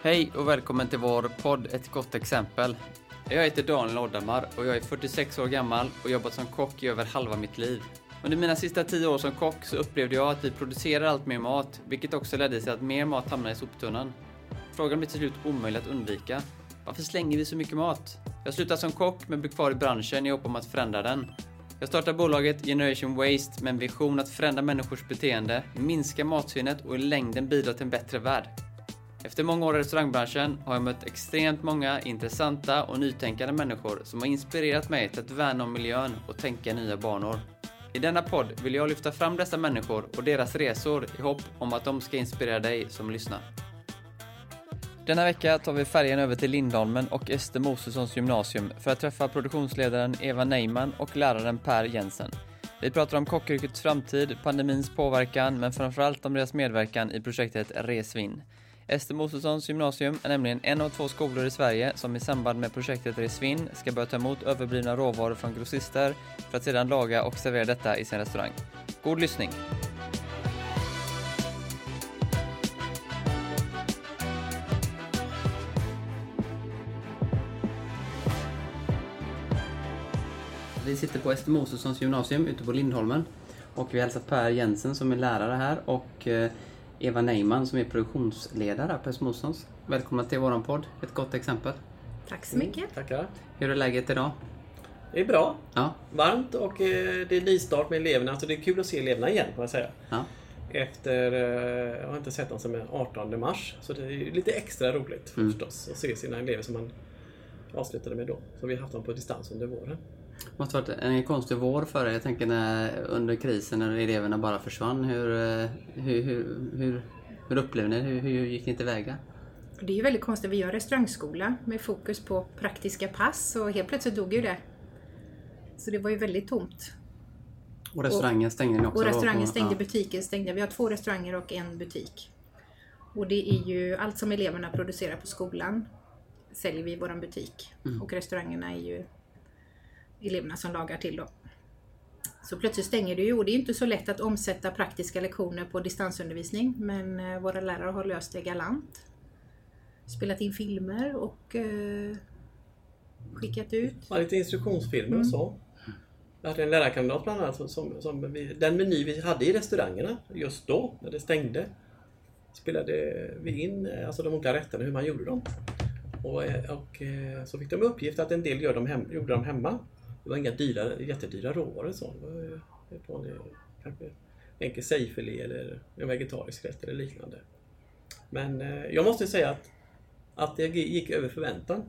Hej och välkommen till vår podd Ett gott exempel. Jag heter Daniel Oddamar och jag är 46 år gammal och jobbat som kock i över halva mitt liv. Under mina sista 10 år som kock så upplevde jag att vi producerar allt mer mat, vilket också ledde till att mer mat hamnar i soptunnan. Frågan blir till slut omöjlig att undvika. Varför slänger vi så mycket mat? Jag slutar som kock men blir kvar i branschen i hopp om att förändra den. Jag startar bolaget Generation Waste med en vision att förändra människors beteende, minska matsvinnet och i längden bidra till en bättre värld. Efter många år i restaurangbranschen har jag mött extremt många intressanta och nytänkande människor som har inspirerat mig till att värna om miljön och tänka i nya banor. I denna podd vill jag lyfta fram dessa människor och deras resor i hopp om att de ska inspirera dig som lyssnar. Denna vecka tar vi färjan över till Lindholmen och Ester Mosessons gymnasium för att träffa produktionsledaren Eva Neyman och läraren Per Jensen. Vi pratar om kockyrkets framtid, pandemins påverkan men framförallt om deras medverkan i projektet Resvinn. Ester Mosessons gymnasium är nämligen en av 2 skolor i Sverige som i samband med projektet Resvinn ska börja ta emot överblivna råvaror från grossister för att sedan laga och servera detta i sin restaurang. God lyssning! Vi sitter på Ester Mosessons gymnasium ute på Lindholmen och vi hälsar Per Jensen som är lärare här och Eva Neyman som är produktionsledare på Ester Mosessons. Välkomna till våran podd, Ett gott exempel. Tack så mycket. Tackar. Hur är läget idag? Det är bra. Ja. Varmt och det är nystart med eleverna. Så det är kul att se eleverna igen, får jag säga. Ja. Efter, jag har inte sett dem sedan 18 mars. Så det är lite extra roligt förstås att se sina elever som man avslutade med då. Så vi har haft dem på distans under våren. Det måste ha varit en konstig vår för dig. Jag tänker under krisen när eleverna bara försvann. Hur upplevde ni det? Hur gick ni tillväga? Det är ju väldigt konstigt. Vi gör restaurangskola med fokus på praktiska pass och helt plötsligt dog ju det. Så det var ju väldigt tomt. Och restaurangen stängde ni också? Och restaurangen stängde, butiken stängde. Vi har 2 restauranger och en butik. Och det är ju allt som eleverna producerar på skolan säljer vi i vår butik. Och restaurangerna är ju eleverna som lagar till dem. Så plötsligt stänger det ju och det är inte så lätt att omsätta praktiska lektioner på distansundervisning. Men våra lärare har löst det galant. Spelat in filmer och skickat ut. Ja, lite instruktionsfilmer och så. Jag hade en lärarkandidat bland annat den meny vi hade i restaurangerna just då när det stängde spelade vi in alltså de olika rätterna, hur man gjorde dem. Och så fick de uppgift att en del gjorde de hemma. Det var inga jättedyra råvaror så. Det var kanske enkel sejfilé eller en vegetarisk rätt eller liknande. Men jag måste säga att det gick över förväntan.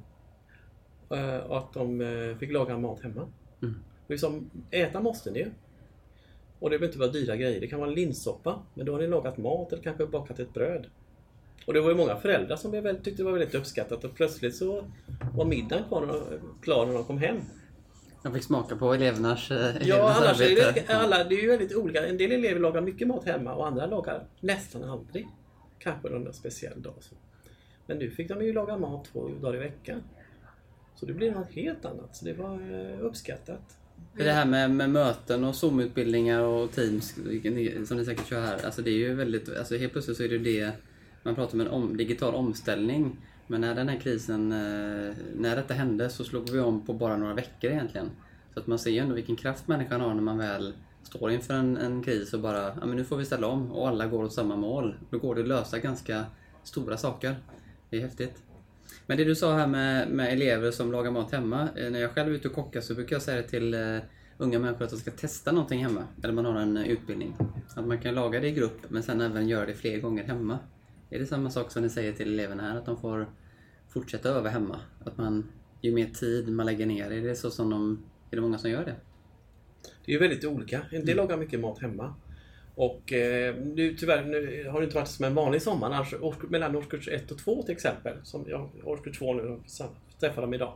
Och att de fick laga mat hemma. Liksom, äta måste ni. Och det behöver inte vara dyra grejer. Det kan vara en linssoppa. Men då har ni lagat mat eller kanske bakat ett bröd. Och det var ju många föräldrar som tyckte det var väldigt uppskattat. Och plötsligt så var middagen klar när de kom hem. Jag fick smaka på elevernas annars arbete. Det är ju väldigt olika. En del elever lagar mycket mat hemma och andra lagar nästan aldrig. Kanske någon speciell dag. Så. Men nu fick de ju laga mat 2 dagar i veckan. Så det blir något helt annat. Så det var uppskattat. Det här med möten och Zoom-utbildningar och Teams som ni säkert kör här. Alltså det är ju väldigt, alltså helt plötsligt så är det man pratar om en digital omställning. Men när den här krisen, när detta hände så slog vi om på bara några veckor egentligen. Så att man ser ju ändå vilken kraft människan har när man väl står inför en kris och bara, ja men nu får vi ställa om och alla går åt samma mål. Då går det att lösa ganska stora saker. Det är häftigt. Men det du sa här med elever som lagar mat hemma. När jag själv är ute och kockar så brukar jag säga det till unga människor att de ska testa någonting hemma. Eller man har en utbildning. Att man kan laga det i grupp men sen även göra det fler gånger hemma. Är det samma sak som ni säger till eleverna här? Att de får fortsätta öva hemma? Att man, ju mer tid man lägger ner, är det så som är det många som gör det? Det är ju väldigt olika. En del lagar mycket mat hemma. Och nu har det inte varit som en vanlig sommar. Alltså, mellan årskurs 1 och 2 till exempel. Som jag årskurs 2 nu träffar dem idag.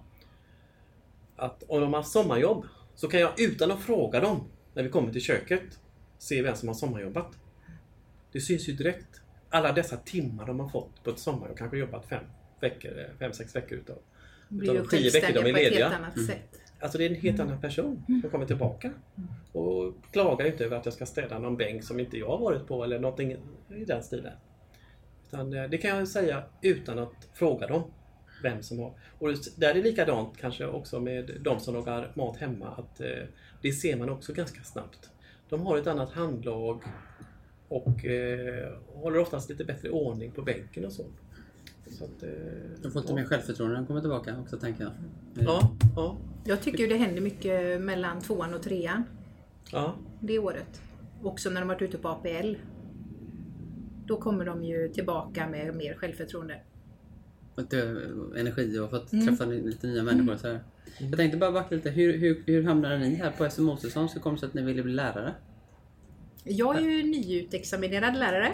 Att om de har sommarjobb så kan jag utan att fråga dem när vi kommer till köket se vem som har sommarjobbat. Det syns ju direkt. Alla dessa timmar de har fått på ett sommar och kanske jobbat 5-6 veckor utav de 10 veckor de är lediga. Alltså det är en helt annan person som kommer tillbaka. Och klagar inte över att jag ska städa någon bänk som inte jag har varit på eller någonting i den stilen. Utan det kan jag säga utan att fråga dem vem som har. Och där är det likadant kanske också med de som lagar mat hemma. Att det ser man också ganska snabbt. De har ett annat handlag och håller oftast lite bättre ordning på bänken och så. Så att, de får lite mer självförtroende när de kommer tillbaka också, tänker jag. Ja. Jag tycker ju det händer mycket mellan 2:an och 3:an. Ja. Det året. Också när de varit ute på APL. Då kommer de ju tillbaka med mer självförtroende. Fått energi och fått träffa lite nya människor. Så här. Jag tänkte bara backa lite. Hur hamnade ni här på SMO-säsong? Så kom det så att ni ville bli lärare? Jag är ju nyutexaminerad lärare.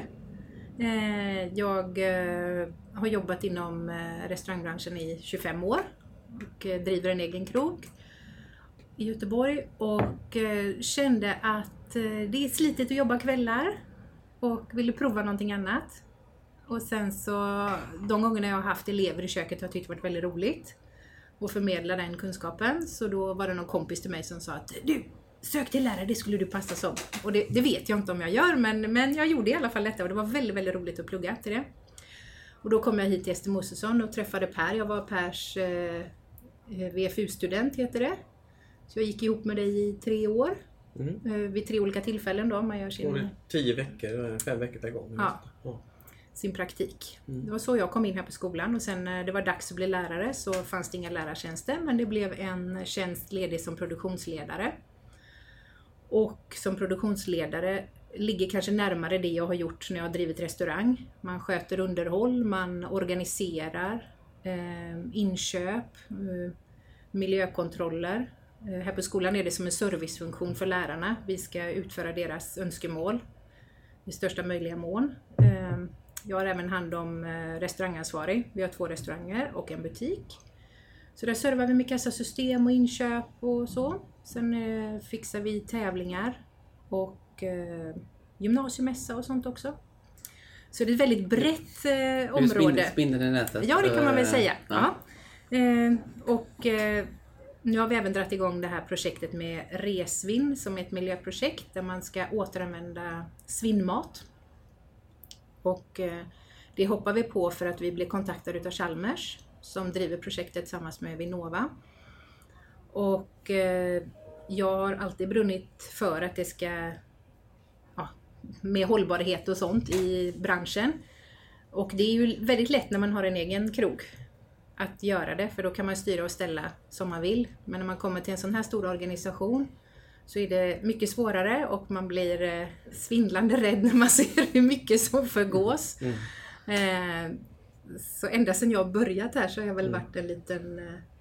Jag har jobbat inom restaurangbranschen i 25 år. Och driver en egen krog i Göteborg. Och kände att det är slitigt att jobba kvällar. Och ville prova någonting annat. Och sen så, de gångerna jag har haft elever i köket har jag tyckt det varit väldigt roligt. Och förmedla den kunskapen. Så då var det någon kompis till mig som sa att du, sök till lärare, det skulle du passa som. Och det vet jag inte om jag gör, men jag gjorde i alla fall detta. Och det var väldigt, väldigt roligt att plugga till det. Och då kom jag hit till SMO-säsong och träffade Per. Jag var Pers VFU-student heter det. Så jag gick ihop med dig i 3 år. Vid 3 olika tillfällen då. Man gör sin... 10 veckor, 5 veckor per gång. Ja. Sin praktik. Det var så jag kom in här på skolan och sen när det var dags att bli lärare så fanns det inga lärartjänster, men det blev en tjänst ledig som produktionsledare. Och som produktionsledare ligger kanske närmare det jag har gjort när jag har drivit restaurang. Man sköter underhåll, man organiserar inköp, miljökontroller. Här på skolan är det som en servicefunktion för lärarna. Vi ska utföra deras önskemål i största möjliga mån. Jag har även hand om restaurangansvarig. Vi har 2 restauranger och en butik. Så där servar vi med kassasystem och inköp och så. Sen fixar vi tävlingar och gymnasiemässa och sånt också. Så det är ett väldigt brett område. Spindeln i nätet. Ja, det kan man väl säga. Ja. Och nu har vi även dragit igång det här projektet med Resvinn som är ett miljöprojekt där man ska återanvända svinnmat. Och det hoppar vi på för att vi blev kontaktade utav Chalmers som driver projektet tillsammans med Vinnova. Och jag har alltid brunnit för att det ska, med hållbarhet och sånt i branschen. Och det är ju väldigt lätt när man har en egen krog att göra det, för då kan man styra och ställa som man vill. Men när man kommer till en sån här stor organisation så är det mycket svårare och man blir svindlande rädd när man ser hur mycket som förgås. Så ända sedan jag börjat här så har jag väl varit en liten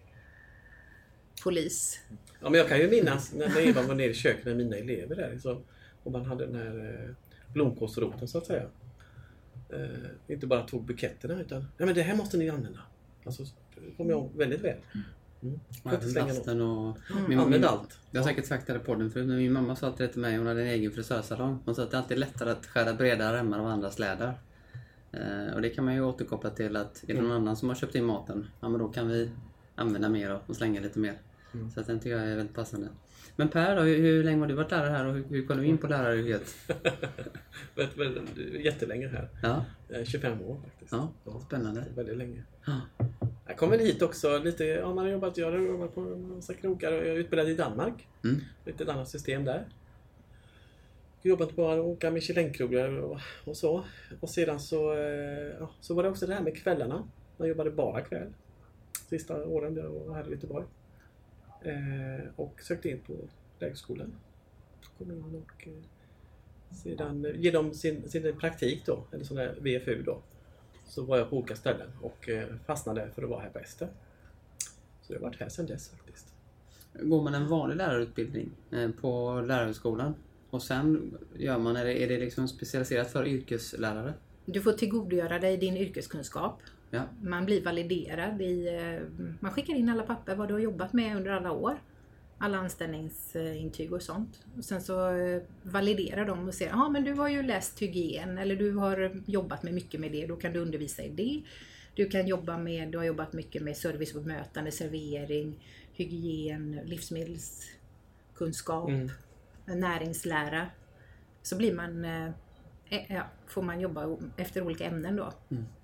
polis. Ja, men jag kan ju minnas när Eva var nere i köket med mina elever där så, och man hade den här blomkålsroten så att säga. Inte bara tog buketterna utan men det här måste ni använda. Alltså kommer jag väldigt väl. Lasten och min mamma allt. Jag har säkert sagt det här på podden förut, men min mamma sa alltid det till mig. Hon hade en egen frisörsalong. Hon sa att det alltid är lättare att skära breda remmar av andras läder. Och det kan man ju återkoppla till att är det någon annan som har köpt in maten, ja men då kan vi använda mer och slänga lite mer. Så att den tycker jag är väldigt passande. Men Per då, hur länge har du varit lärare här och hur kom du in på läraryrket? Jättelänge här. Ja. 25 år faktiskt. Ja, spännande. Väldigt länge. Ja. Jag kom väl hit också lite, jag har jobbat på en massa krogar och jag är utbildad i Danmark. Lite ett annat system där. Jag jobbat på att åka Michelin-krogar och så. Och sedan så var det också det här med kvällarna. Jag jobbade bara kväll. Sista åren jag var här i Göteborg. Och sökte in på lägerskolan. Kom in och sedan genom sin praktik då, eller sån där VFU då. Så var jag på olika ställen och fastnade för att vara här på Ester. Så jag har varit här sedan dess faktiskt. Går man en vanlig lärarutbildning på lärarhögskolan och sen gör man, är det liksom specialiserat för yrkeslärare? Du får tillgodogöra dig din yrkeskunskap. Ja. Man blir validerad man skickar in alla papper vad du har jobbat med under alla år. Alla anställningsintyg och sånt. Och sen så validerar de och säger, men du har ju läst hygien eller du har jobbat med mycket med det, då kan du undervisa i det. Du har jobbat mycket med service och mötande, servering, hygien, livsmedelskunskap, näringslära. Så blir man får man jobba efter olika ämnen då.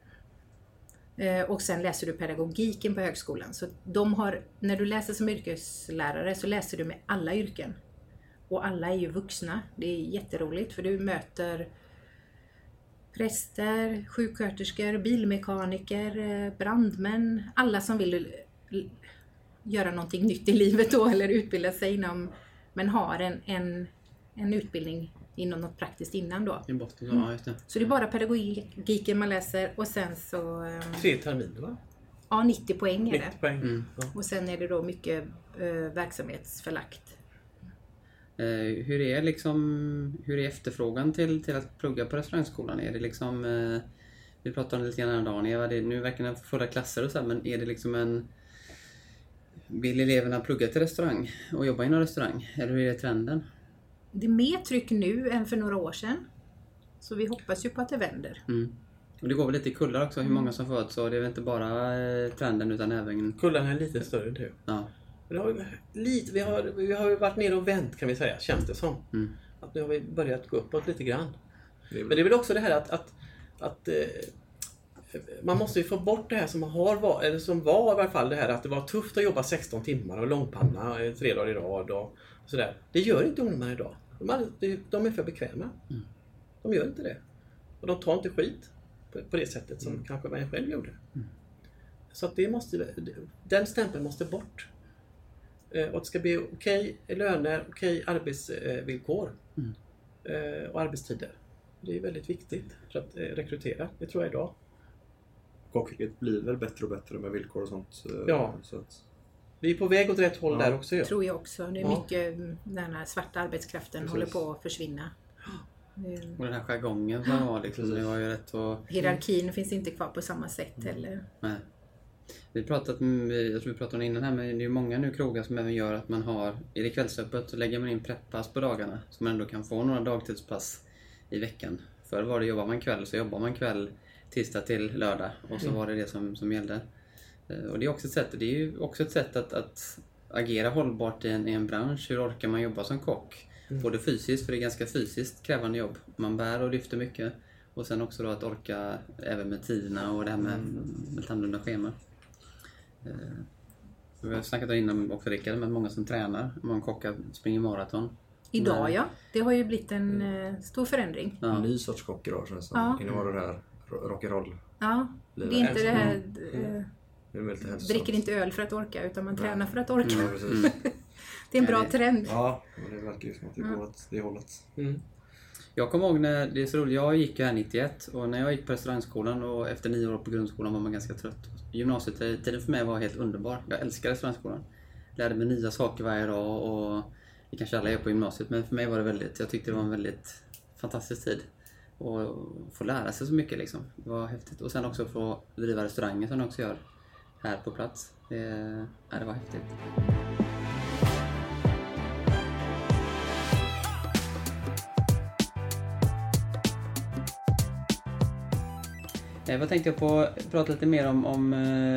Och sen läser du pedagogiken på högskolan. Så när du läser som yrkeslärare så läser du med alla yrken. Och alla är ju vuxna. Det är jätteroligt för du möter präster, sjuksköterskor, bilmekaniker, brandmän. Alla som vill göra någonting nytt i livet då eller utbilda sig inom, men har en utbildning inom något praktiskt innan då. I botten, ja, just det. Så det är bara pedagogiken man läser och sen så... 3 terminer va? Ja, 90 poäng är 90 det. poäng. Ja. Och sen är det då mycket verksamhetsförlagt. Hur är efterfrågan till att plugga på restaurangskolan? Är det liksom, vi pratade om det lite grann den dagen, Eva, nu verkar det fulla klasser och så här, men är det liksom vill eleverna plugga till restaurang och jobba inom restaurang? Eller hur är det trenden? Det är mer tryck nu än för några år sedan. Så vi hoppas ju på att det vänder. Och det går väl lite i kullar också, hur många som föds, så det är väl inte bara trenden utan även... Kullarna är lite större nu. Ja. Vi har ju varit nere och vänt kan vi säga, känns det som. Att nu har vi börjat gå uppåt lite grann. Men det är väl också det här att man måste ju få bort det här som var i varje fall det här att det var tufft att jobba 16 timmar och långpanna 3 dagar i rad och sådär. Det gör inte ungdomar idag. De är för bekväma. De gör inte det. Och de tar inte skit på det sättet som kanske man själv gjorde. Så att den stämpeln måste bort. Och det ska bli okej löner, okej arbetsvillkor och arbetstider. Det är väldigt viktigt för att rekrytera, det tror jag idag. Kockyrket blir väl bättre och bättre med villkor och sånt. Ja, så att... vi är på väg åt rätt håll där också. Ja. Tror jag också. Det är mycket den här svarta arbetskraften håller på att försvinna. Och den här jargongen som var liksom, det var ju rätt och... Hierarkin finns inte kvar på samma sätt heller. Nej. Jag tror vi pratade om det innan här, men det är ju många nu krogar som även gör att man har, i det kvällsöppet så lägger man in preppass på dagarna så man ändå kan få några dagtidspass i veckan. Förr var det jobbar man kväll så jobbar man kväll tisdag till lördag och så var det som gällde. Och det är ju också ett sätt att agera hållbart i en bransch. Hur orkar man jobba som kock? Både fysiskt, för det är ganska fysiskt krävande jobb. Man bär och lyfter mycket. Och sen också då att orka även med tiderna och det här med ett annorlunda schema. Vi har snackat innan också, Rickard, med många som tränar. Många kockar springer maraton. Idag ja, det har ju blivit en stor förändring. En ny sorts kock idag känns det som. Innan var det här rock'n'roll. Ja, det är inte det här... dricker inte öl för att orka utan man tränar för att orka. Ja, precis. Det är en bra trend. Ja, men det verkar ju som att det går åt det hållet. Jag kommer ihåg när, det är så roligt, jag gick ju här 91 och när jag gick på restaurangskolan och efter 9 år på grundskolan var man ganska trött. Gymnasietiden för mig var helt underbar. Jag älskar restaurangskolan. Lärde mig nya saker varje dag och det kanske alla är på gymnasiet, men för mig var det jag tyckte det var en väldigt fantastisk tid. Och få lära sig så mycket liksom. Det var häftigt. Och sen också få driva restauranger som de också gör här på plats. Det var häftigt. Vad tänkte jag på prata lite mer om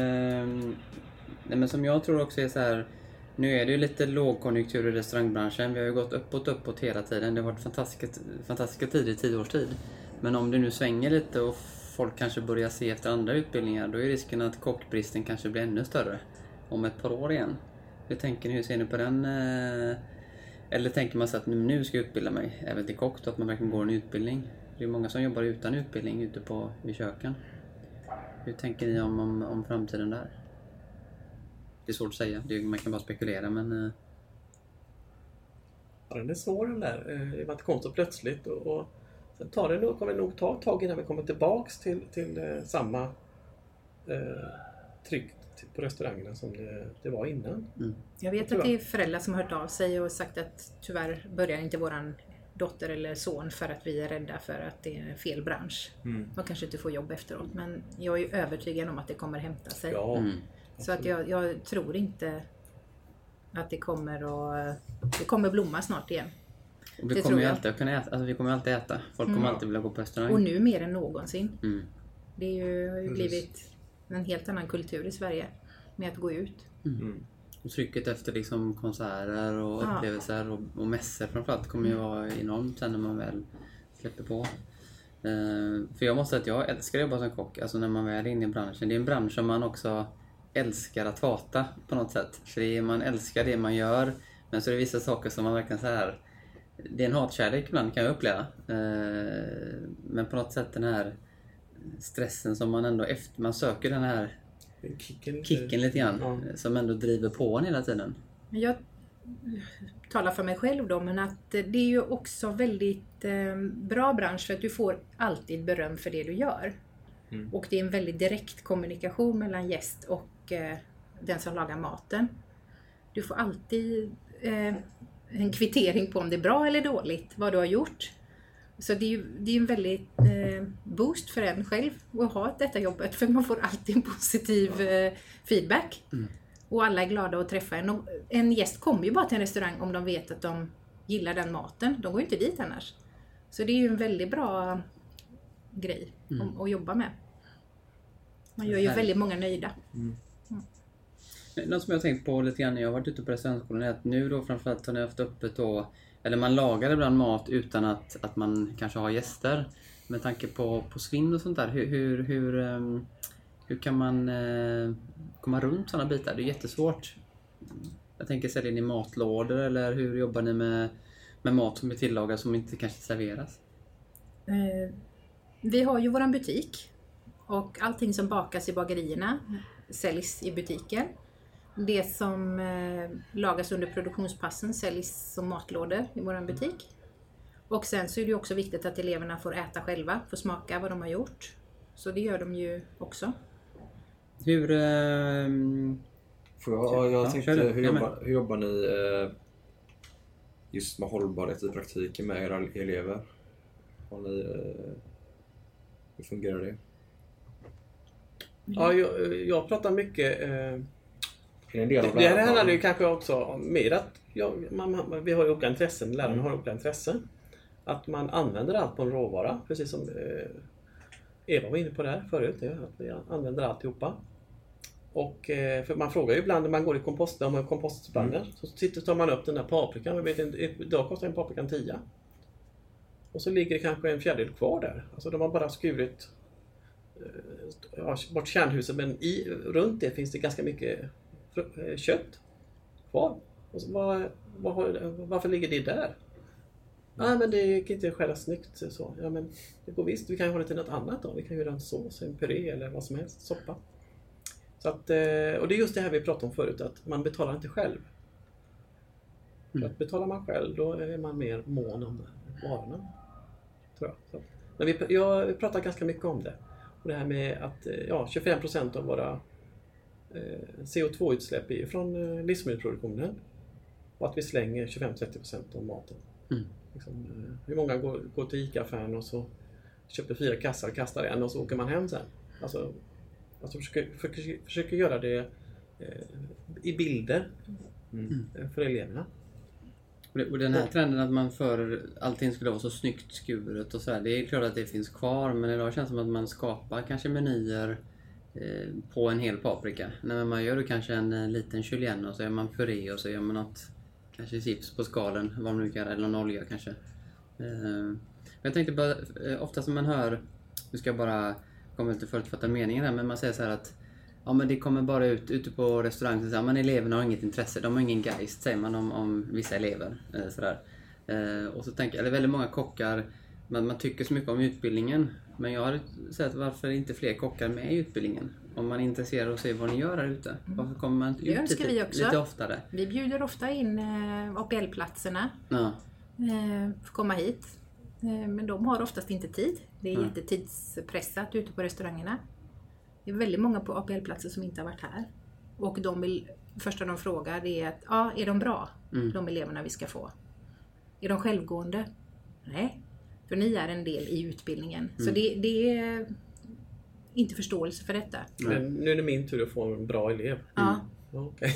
men som jag tror också är så här, nu är det ju lite lågkonjunktur i restaurangbranschen. Vi har ju gått uppåt hela tiden. Det har varit fantastiska tider i 10 års tid. Men om det nu svänger lite och folk kanske börjar se efter andra utbildningar, då är risken att kockbristen kanske blir ännu större om ett par år igen. Hur ser ni på den? Eller tänker man sig att nu ska jag utbilda mig även till kock, att man verkligen går en utbildning? Det är många som jobbar utan utbildning ute i köken. Hur tänker ni om framtiden där? Det är svårt att säga, man kan bara spekulera, men... Ja, den är svår den där. Det var inte kom så plötsligt och sen kommer det nog ta ett tag innan vi kommer tillbaks till samma tryck på restaurangerna som det var innan. Jag vet att det är föräldrar som har hört av sig och sagt att tyvärr börjar inte våran dotter eller son för att vi är rädda för att det är fel bransch. De kanske inte får jobb efteråt, men jag är övertygad om att det kommer hämta sig. Ja, så att jag tror inte att det kommer blomma snart igen. Och vi kommer ju alltid kunna äta, vi kommer alltid äta. Folk kommer alltid vilja gå på restaurang. Och nu mer än någonsin. Det har ju blivit en helt annan kultur i Sverige med att gå ut. Och trycket efter liksom konserter och upplevelser och mässor framförallt kommer ju vara enormt sen när man väl släpper på. För jag måste säga att jag älskar att jobba som kock. Alltså när man väl är inne i branschen. Det är en bransch som man också älskar att hata på något sätt. För man älskar det man gör. Men så är det vissa saker som man verkligen så här. Det är en hatkärlek ibland kan jag uppleva. Men på något sätt den här stressen som man ändå man söker den här kicken lite grann. Ja. Som ändå driver på en hela tiden. Jag talar för mig själv då, men att det är ju också väldigt bra bransch för att du får alltid beröm för det du gör. Och det är en väldigt direkt kommunikation mellan gäst och den som lagar maten. Du får alltid en kvittering på om det är bra eller dåligt, vad du har gjort. Så det är en väldigt boost för en själv att ha detta jobbet, för man får alltid en positiv feedback. Och alla är glada att träffa en. Och en gäst kommer ju bara till en restaurang om de vet att de gillar den maten. De går ju inte dit annars. Så det är ju en väldigt bra grej att jobba med. Man gör ju väldigt många nöjda. Något som jag har tänkt på lite grann när jag har varit ute på restaurangskolan är att nu då framförallt har ni haft öppet då, eller man lagar ibland mat utan att man kanske har gäster. Med tanke på svinn och sånt där. Hur kan man komma runt sådana bitar? Det är jättesvårt. Jag tänker, säljer ni matlådor eller hur jobbar ni med mat som är tillagad som inte kanske serveras? Vi har ju våran butik och allting som bakas i bagerierna säljs i butiken. Det som lagas under produktionspassen säljs som matlådor i våran butik. Och sen så är det också viktigt att eleverna får äta själva, får smaka vad de har gjort. Så det gör de ju också. Hur... Jag tänkte, hur jobbar ni just med hållbarhet i praktiken med era elever? Hur fungerar det? Ja, jag pratar mycket... Det här handlar ju kanske också om mer att vi har ju olika intressen, lärarna har olika intressen. Att man använder allt på en råvara, precis som Eva var inne på där förut, att vi använder alltihopa. Och för man frågar ju ibland när man går i kompostspannor, så tar man upp den där paprikan, jag vet inte, idag kostar en paprikan 10. Och så ligger det kanske en fjärdedel kvar där. Alltså de har bara skurit bort kärnhuset, men runt det finns det ganska mycket kött kvar. Och så, varför ligger det där? Nej, men det kan inte skära snyggt så. Ja, men det går visst. Vi kan ju ha det till något annat då. Vi kan göra en sås, en puré eller vad som helst, soppa. Så att, och det är just det här vi pratade om förut, att man betalar inte själv. För att betalar man själv, då är man mer mån om varorna, tror jag. Så. Men jag pratar ganska mycket om det. Och det här med att 25% av våra CO2-utsläpp är från livsmedelsproduktionen. Och att vi slänger 25-30% av maten. Liksom, hur många går till ICA-affären och så köper 4 kassar, kastar en och så åker man hem sen. Alltså försöker göra det i bilder för eleverna. Och den här trenden att man allting skulle vara så snyggt skuret och så här, det är klart att det finns kvar, men idag känns det som att man skapar kanske menyer på en hel paprika. När man gör kanske en liten julienne och så gör man puré och så gör man något, kanske chips på skalen, vad man nu kan, eller någon olja kanske. Jag tänkte bara, ofta som man hör, nu ska jag bara komma lite förutfattad meningen här, men man säger så här att ja, men det kommer bara ute på restaurang så här, men eleverna har inget intresse, de har ingen geist, säger man om vissa elever. Sådär. Och så tänker jag, eller väldigt många kockar, man tycker så mycket om utbildningen, men jag har sett varför inte fler kockar med i utbildningen. Om man är intresserad av att se vad ni gör här ute. Varför kommer man inte ut lite oftare? Vi bjuder ofta in APL-platserna för att komma hit. Men de har oftast inte tid. Det är jättetidspressat ute på restaurangerna. Det är väldigt många på APL-platser som inte har varit här. Och första de frågar är att, är de bra? De eleverna vi ska få. Är de självgående? Nej. För ni är en del i utbildningen. Så det är inte förståelse för detta. Men nu är det min tur att få en bra elev. Ja. Okej.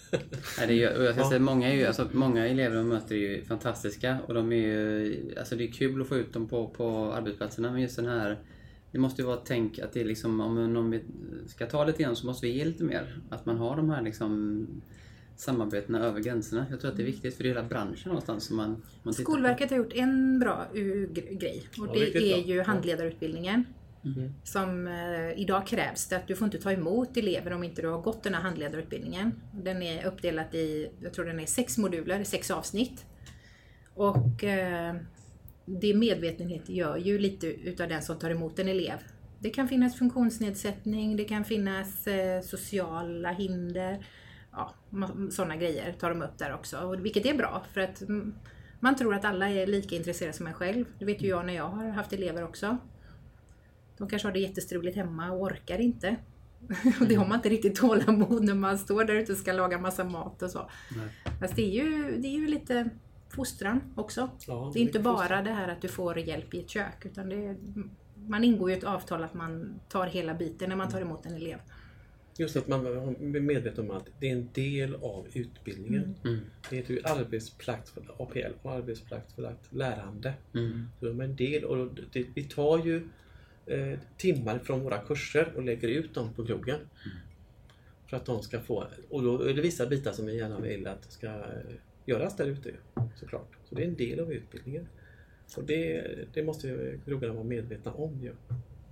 Jag ska säga, många elever de möter är ju fantastiska. Och de är ju, alltså det är kul att få ut dem på arbetsplatserna. Men just den här, det måste ju vara tänk att det är liksom, om vi ska ta lite grann så måste vi ge lite mer. Att man har de här liksom samarbetena över gränserna. Jag tror att det är viktigt för hela branschen någonstans som man tittar Skolverket har gjort en bra grej och Ja, det riktigt är bra. ju handledarutbildningen. Som idag krävs det att du får inte ta emot elever om inte du har gått den här handledarutbildningen. Den är uppdelad i, jag tror den är 6 moduler, 6 avsnitt. Och det medvetenhet gör ju lite utav den som tar emot en elev. Det kan finnas funktionsnedsättning, det kan finnas sociala hinder. Ja, sådana grejer tar de upp där också. Och vilket är bra för att man tror att alla är lika intresserade som en själv. Det vet ju jag när jag har haft elever också. De kanske har det jättestruligt hemma och orkar inte. Och det har man inte riktigt tålamod när man står där ute och ska laga massa mat och så. Fast det är ju lite fostran också. Ja, det är inte bara det här att du får hjälp i ett kök. Utan man ingår ju ett avtal att man tar hela biten när man tar emot en elev. Just att man är medveten om att det är en del av utbildningen. Det heter ju APL, arbetsplatsförlagt lärande. Så de är en del och vi tar ju timmar från våra kurser och lägger ut dem på krogen. För att de ska få, och då är det vissa bitar som vi gärna vill att ska göras där ute såklart. Så det är en del av utbildningen. Och det måste ju krogarna vara medvetna om ju.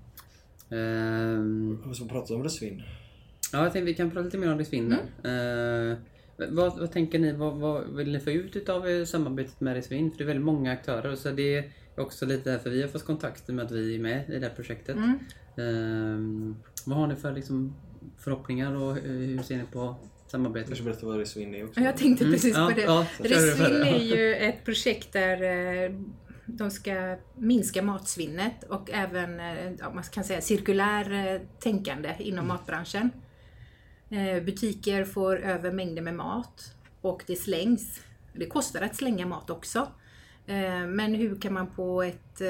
Vi ska prata om resvinn. Ja, jag tänkte vi kan prata lite mer om resvinn där. Vad tänker ni, vad vill ni få ut av samarbetet med resvinn? För det är väldigt många aktörer, så det är också lite för vi har fått kontakter med att vi är med i det här projektet. Vad har ni för liksom, förhoppningar och hur ser ni på samarbetet? Kanske berätta vad resvinn är också. Jag tänkte precis på det. Ja, Resvinn är ju ett projekt där de ska minska matsvinnet och även man kan säga cirkulär tänkande inom matbranschen. Butiker får över mängder med mat och det slängs. Det kostar att slänga mat också. Men hur kan man på ett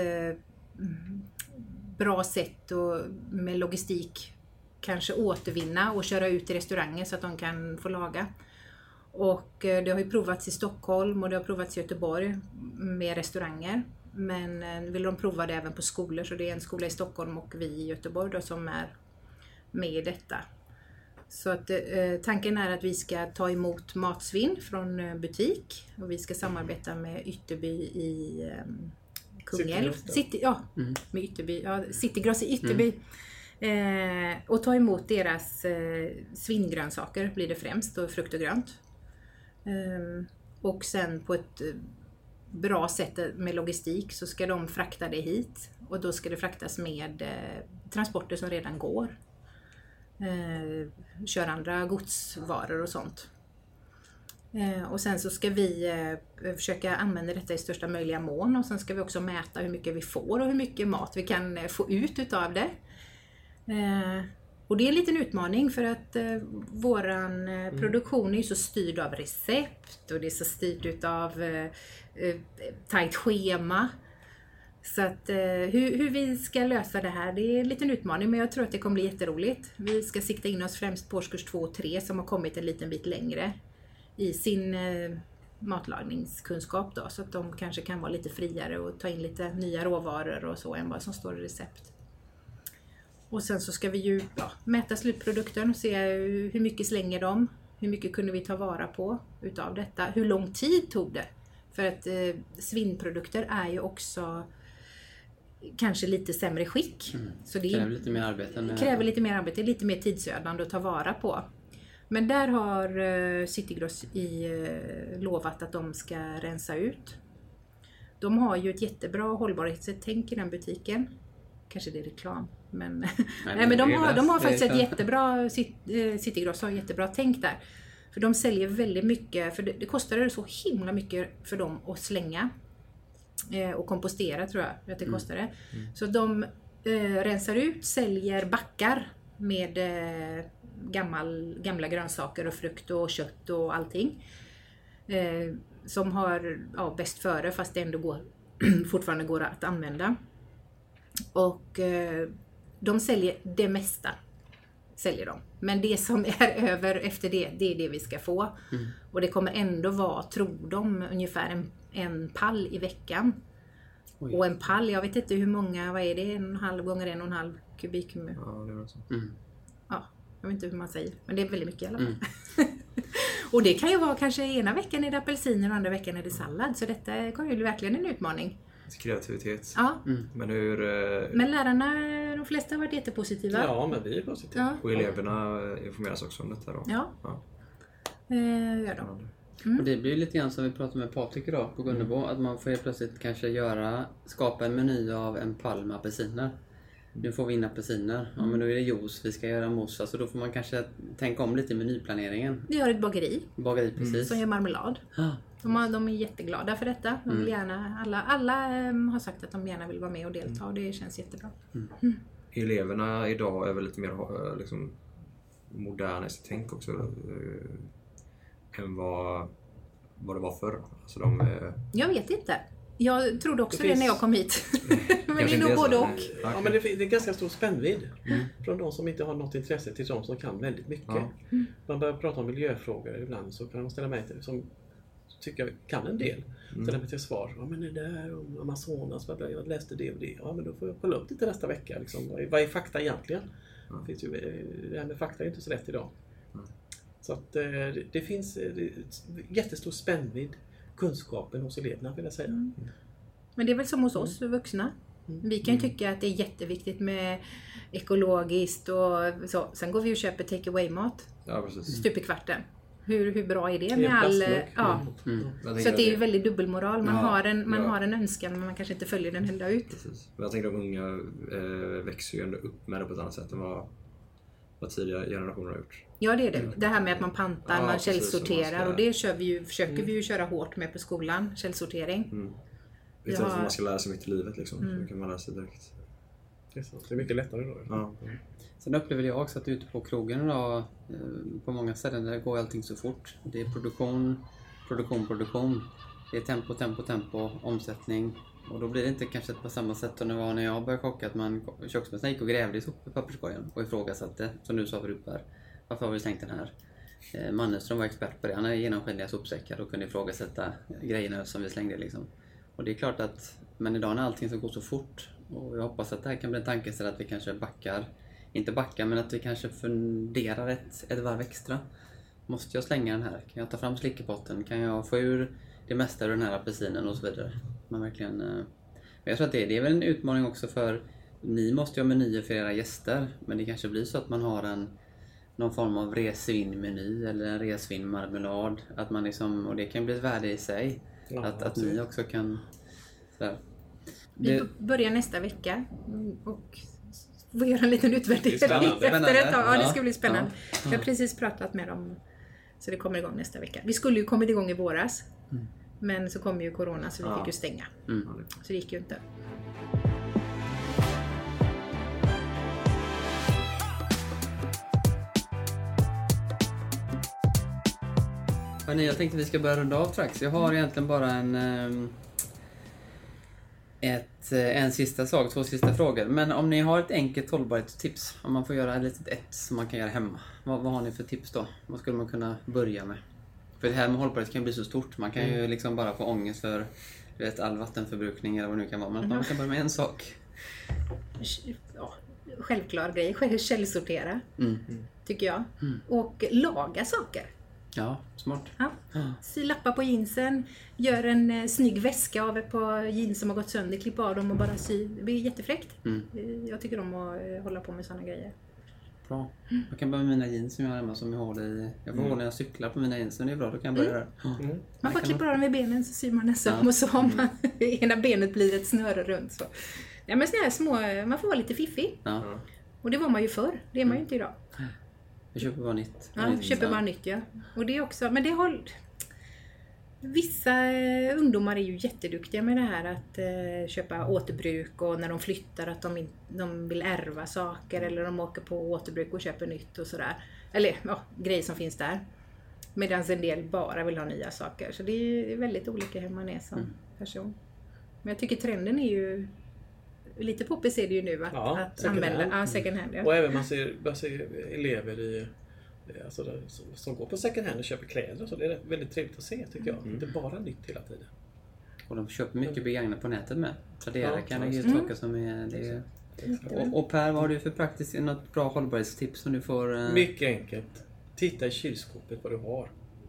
bra sätt och med logistik kanske återvinna och köra ut i restauranger så att de kan få laga. Och det har ju provats i Stockholm och det har provats i Göteborg med restauranger. Men vill de prova det även på skolor, så det är en skola i Stockholm och vi i Göteborg då som är med i detta. Så att tanken är att vi ska ta emot matsvinn från butik och vi ska samarbeta med Ytterby i Kungälv. Med Ytterby, Citygross i Ytterby. Och ta emot deras svinngrönsaker blir det främst, och frukt och grönt. Och sen på ett bra sätt med logistik så ska de frakta det hit och då ska det fraktas med transporter som redan går. Kör andra godsvaror och sånt. Och sen så ska vi försöka använda detta i största möjliga mån och sen ska vi också mäta hur mycket vi får och hur mycket mat vi kan få ut utav det. Och det är en liten utmaning för att våran produktion är ju så styrd av recept och det är så styrt utav tajt schema. Så att hur vi ska lösa det här, det är en liten utmaning, men jag tror att det kommer bli jätteroligt. Vi ska sikta in oss främst på årskurs 2 och 3 som har kommit en liten bit längre i sin matlagningskunskap då, så att de kanske kan vara lite friare och ta in lite nya råvaror och så än vad som står i recept. Och sen så ska vi ju mäta slutprodukten och se hur mycket slänger de, hur mycket kunde vi ta vara på utav detta, hur lång tid tog det. För att svinnprodukter är ju också kanske lite sämre skick. Så det kräver lite mer arbete. Kräver lite mer arbete, lite mer tidsödande att ta vara på. Men där har Citygross lovat att de ska rensa ut. De har ju ett jättebra hållbarhetstänk i den butiken. Kanske det är reklam. Men, men de har faktiskt ett jättebra, Citygross har jättebra tänk där. För de säljer väldigt mycket, för det kostar så himla mycket för dem att slänga och kompostera, tror jag att det kostar det. Så de rensar ut, säljer backar med gamla grönsaker och frukt och kött och allting. Som har bäst före, fast det ändå fortfarande går att använda. Och de säljer det mesta. Säljer de. Men det som är över efter det är det vi ska få. Och det kommer ändå vara, tror de, ungefär en pall i veckan. Oj. Och en pall, jag vet inte hur många, vad är det? 1,5 gånger 1,5 kubikmeter. Ja, det är så. Ja, jag vet inte hur man säger. Men det är väldigt mycket i alla fall. Och det kan ju vara kanske ena veckan är det apelsiner och andra veckan är det sallad. Så detta kommer ju bli verkligen en utmaning. Kreativitet. Ja. Men hur... Men lärarna, de flesta har varit jättepositiva. Ja, men vi är positiva. Ja. Och eleverna informeras också om detta då? Ja. Ja. Gör de. Och det blir ju lite grann som vi pratade med Patrik idag på Gunnebo. Att man får helt plötsligt kanske skapa en meny av en palm med apelsiner. Nu får vi in apelsiner. Ja, men nu är det juice, vi ska göra mousse. Så då får man kanske tänka om lite i menyplaneringen. Vi har ett bageri Bageri, precis. som gör marmelad. Ah. De är jätteglada för detta. De vill gärna, alla har sagt att de gärna vill vara med och delta. Och det känns jättebra. Eleverna idag är väl lite mer liksom, moderna i sitt tänk också. Än vad det var förr. Alltså Jag vet inte. Jag trodde också det när jag kom hit. Men det är nog inte både så. och. Ja, men det är ganska stor spännvidd. Från de som inte har något intresse till de som kan väldigt mycket. Ja. Man börjar prata om miljöfrågor ibland, så kan de ställa mig till som tycker jag kan en del. Ställa mig till svar. Ja, men det där om Amazonas, jag läste det och det. Ja, men då får jag kolla upp det till nästa vecka. Liksom. Vad är fakta egentligen? Det här med fakta är inte så lätt idag. Så att det finns jättestor spännvidd, kunskapen hos eleverna, vill jag säga. Men det är väl som hos oss vuxna. Vi kan ju tycka att det är jätteviktigt med ekologiskt och så. Sen går vi och köper take away-mat. Ja, precis. Stup i kvarten. Hur bra är det med all... Ja. Så det är ju väldigt dubbelmoral. Man har en önskan, men man kanske inte följer den hela ut. Precis. Men jag tänker att de unga växer ju ändå upp med det på ett annat sätt än vad tidigare generationer har gjort. Ja, det är det. Det här med att man pantar, man precis, källsorterar. Och det försöker vi ju köra hårt med på skolan. Källsortering. Utan att man ska lära sig mitt i livet liksom. Så kan man lära sig direkt. Det är mycket lättare då. Ja. Sen upplever jag också att ute på krogen idag, på många ställen där går allting så fort. Det är produktion. Det är tempo, omsättning. Och då blir det inte kanske på samma sätt som det var när jag började koka, att köksmästaren gick och grävde i papperskorgen och ifrågasatte, som du sa förut där, varför har vi slängt den här? Mannerström var expert på det, han hade genomskinliga sopsäckar och kunde ifrågasätta grejerna som vi slängde liksom. Och det är klart att, men idag när allting så går så fort, och jag hoppas att det här kan bli en tankeställare att vi kanske inte backar, men att vi kanske funderar ett varv extra. Måste jag slänga den här? Kan jag ta fram slickepotten? Kan jag få ur det mesta ur den här apelsinen och så vidare? Men verkligen, men jag tror att det är väl en utmaning också, för ni måste ju ha menyer för era gäster, men det kanske blir så att man har någon form av resvinmeny eller en resvinmarmelad, att man liksom, och det kan bli ett värde i sig, att ni också kan sådär. Vi börjar nästa vecka och får göra en liten utvärdering efter ett tag. Ja, det ska bli spännande. Jag har precis pratat med dem, så det kommer igång nästa vecka. Vi skulle ju kommit igång i våras, men så kom ju corona, så vi fick ju stänga. Så det gick ju inte. Hörrni, jag tänkte att vi ska börja runda av strax. Jag har egentligen bara en sista sak, 2 sista frågor. Men om ni har ett enkelt hållbarhetstips, om man får göra ett litet som man kan göra hemma. Vad har ni för tips då? Vad skulle man kunna börja med? För det här med hållbarhet kan bli så stort. Man kan ju liksom bara få ångest för all vattenförbrukning eller vad det nu kan vara. Men man kan börja med en sak. Ja, självklar grej. Källsortera, tycker jag. Och laga saker. Ja, smart. Ja. Sy lappar på jeansen, gör en snygg väska av ett par jeans som har gått sönder, klippa av dem och bara sy. Det blir jättefräckt. Jag tycker om att hålla på med sådana grejer. Bra. Jag kan börja med mina jeans som jag har hemma, som jag håller i. Jag får hålla när jag cyklar på mina jeans, men det är bra, då kan jag börja där. Man bara klipper av dem med benen, så syr man nästan och så har man ena benet blir ett snöre runt så. Ja, men sådana här små, man får vara lite fiffig. Ja. Och det var man ju förr, det är man ju inte idag. Jag köper bara nytt. Ja, köper bara nytt, ja. Och det är också, men det har... Vissa ungdomar är ju jätteduktiga med det här att köpa återbruk, och när de flyttar att de vill ärva saker, eller de åker på återbruk och köper nytt och sådär. Eller grejer som finns där. Medan en del bara vill ha nya saker. Så det är väldigt olika hur man är som person. Men jag tycker trenden är ju... Lite poppis är det ju nu att använda second hand. Ja. Och även man ser elever som går på second hand och köper kläder. Så det är väldigt trevligt att se, tycker jag. Inte bara nytt hela tiden. Och de köper mycket begagnat på nätet med. Tradera kan lägga ut saker som är... Det. Och Per, vad har du för praktiskt, något bra hållbarhetstips som du får... Mycket enkelt. Titta i kylskåpet vad du har.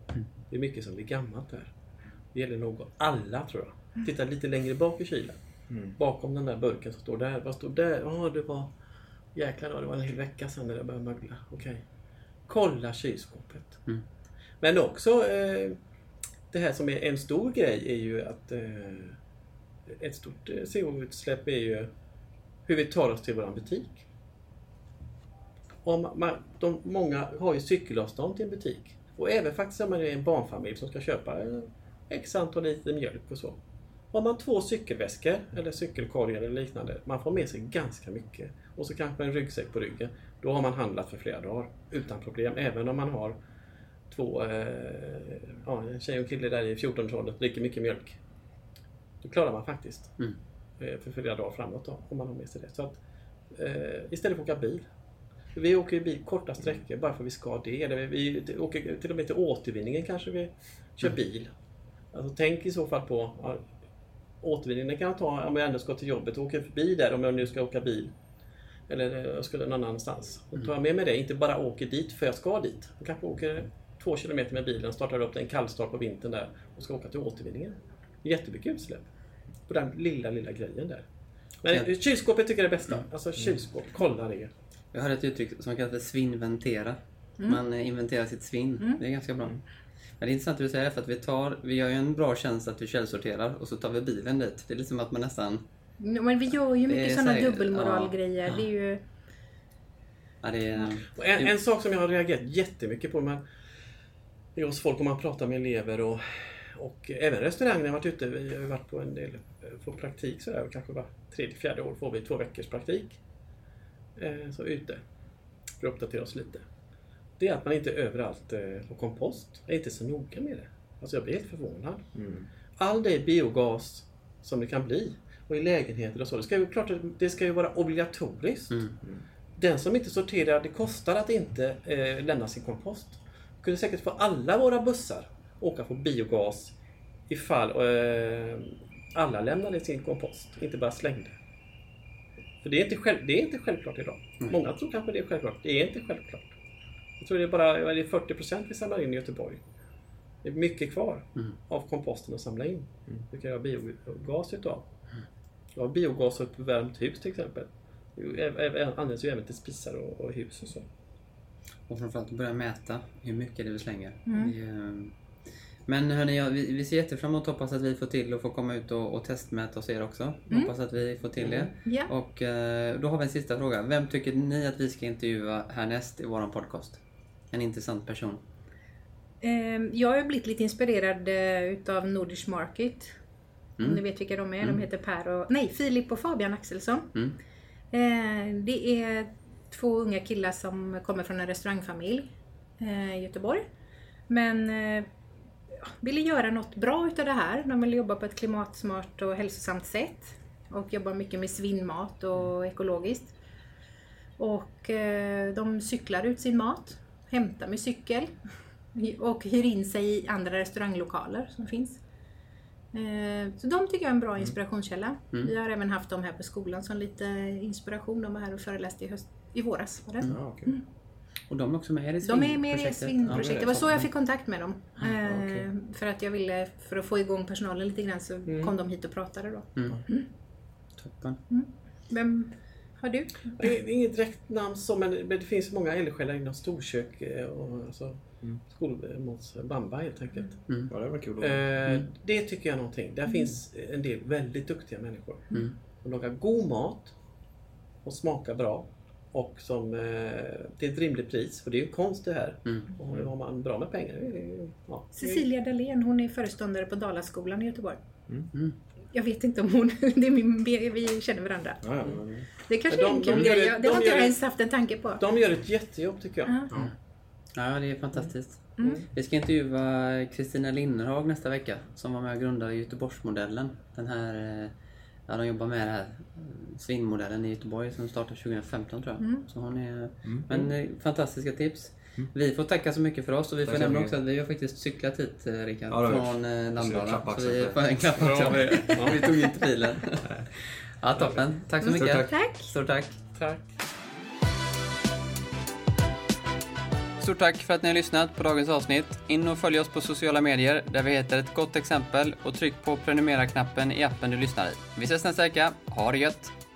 Det är mycket som blir gammalt här. Det gäller nog alla, tror jag. Titta lite längre bak i kylen. Bakom den där burken som står där. Vad stod där? Ja, det var... Jäklar, det var en hel vecka sedan när jag började mögla. Okej. Kolla kylskåpet. Men också... det här som är en stor grej är ju att... ett stort CO-utsläpp är ju hur vi tar oss till vår butik. Och många har ju cykelavstånd till en butik. Och även faktiskt om man är en barnfamilj som ska köpa x antal liter mjölk och så. Har man 2 cykelväskor eller cykelkorgar eller liknande, man får med sig ganska mycket. Och så kanske en ryggsäck på ryggen. Då har man handlat för flera dagar utan problem. Även om man har 2, en tjej och kille där i 14-årsåldern dricker mycket mjölk. Då klarar man faktiskt för flera dagar framåt då, om man har med sig det. Så att istället för att åka bil. Vi åker ju bil korta sträckor bara för att vi ska det. Eller vi åker till och med till återvinningen kanske vi kör bil. Alltså tänk i så fall på återvinningen kan jag ta om jag ändå ska till jobbet och åker förbi där om jag nu ska åka bil. Eller jag skulle någon annanstans. Då tar jag med mig det, inte bara åker dit för jag ska dit. Jag kanske åker 2 kilometer med bilen, startar upp en kallstart på vintern där och ska åka till återvinningen. Jättemycket utsläpp på den lilla grejen där. Men kylskåpet tycker jag är det bästa. Alltså kylskåp, kolla det. Jag har ett uttryck som kallas för svinnventera. Man inventerar sitt svinn. Det är ganska bra. Men det är intressant att du säger det, för att vi gör ju en bra tjänst att vi källsorterar och så tar vi bilen dit. Det är liksom att man nästan... Men vi gör ju mycket sådana dubbelmoralgrejer. Ja. Det är ju... Ja, det är... En sak som jag har reagerat jättemycket på är hos folk om man pratar med elever och även restaurangen har varit ute. Vi har varit på en del på praktik sådär, kanske var 3-4 år får vi 2 veckors praktik. Så ute för att uppdatera oss lite. Det är att man inte överallt på kompost är inte så noga med det. Alltså jag blir helt förvånad. All det biogas som det kan bli och i lägenheter och så, det ska ju vara obligatoriskt. Den som inte sorterar, det kostar att inte lämna sin kompost. Vi kunde säkert få alla våra bussar åka på biogas ifall alla lämnade sin kompost, inte bara slängde. För det är inte självklart idag. Många tror kanske det är självklart. Det är inte självklart. Jag tror det är bara 40% vi samlar in i Göteborg. Det är mycket kvar av komposten att samla in. Det kan jag ha biogas utav. Jag har biogas upp värmt hus till exempel. Det används ju även till spisar och hus och så. Och framförallt börja mäta hur mycket det vi slänger. Men hörni, vi ser jättefram emot, hoppas att vi får till och få komma ut och testmäta oss er också. Hoppas att vi får till det. Yeah. Och då har vi en sista fråga. Vem tycker ni att vi ska intervjua härnäst i våran podcast? En intressant person. Jag har blivit lite inspirerad utav Nordisk Market. Om ni vet vilka de är. De heter Filip och Fabian Axelsson. Det är 2 unga killar som kommer från en restaurangfamilj i Göteborg. Men ville göra något bra utav det här. De vill jobba på ett klimatsmart och hälsosamt sätt. Och jobbar mycket med svinnmat och ekologiskt. Och de cyklar ut sin mat. Hämtar med cykel. Och hyr in sig i andra restauranglokaler som finns. Så de tycker jag är en bra inspirationskälla. Vi har även haft dem här på skolan som lite inspiration. De var här och föreläste i våras. Var det? Och de är också med i det De är med i svinnprojektet. Det var så jag fick kontakt med dem. För att jag ville, för att få igång personalen lite grann, så kom de hit och pratade då. Toppen. Vem har du? Det är inget direkt namn men det finns många eldsjälar inom storkök och alltså, skolmåls bamba helt enkelt. Ja, det var kul. Det tycker jag är någonting. Där finns en del väldigt duktiga människor. De lagar god mat och smakar bra. Och som till ett rimligt pris. För det är ju konst det här. Och har man bra med pengar. Cecilia Dahlén, hon är föreståndare på Dalaskolan i Göteborg. Jag vet inte om hon... Det är vi känner varandra. Det kanske är en kul grej. Det har inte jag ens haft en tanke på. De gör ett jättejobb tycker jag. Ja, det är fantastiskt. Vi ska intervjua Kristina Linnerhag nästa vecka. Som var med och grundade Göteborgsmodellen. Den här... Ja, de jobbar med det här svinnmodellen i Göteborg som startade 2015 tror jag. Så hon är... Men fantastiska tips. Vi får tacka så mycket för oss och vi får nämna också att vi har faktiskt cyklat hit, Rickard, från Landala. Så vi får en klapp också. Vi tog inte bilen. Ja, toppen. Tack så mycket. Tack. Stort tack. Tack. Stort tack för att ni har lyssnat på dagens avsnitt. In och följ oss på sociala medier där vi heter Ett gott exempel och tryck på prenumerera-knappen i appen du lyssnar i. Vi ses nästa vecka. Ha det gött!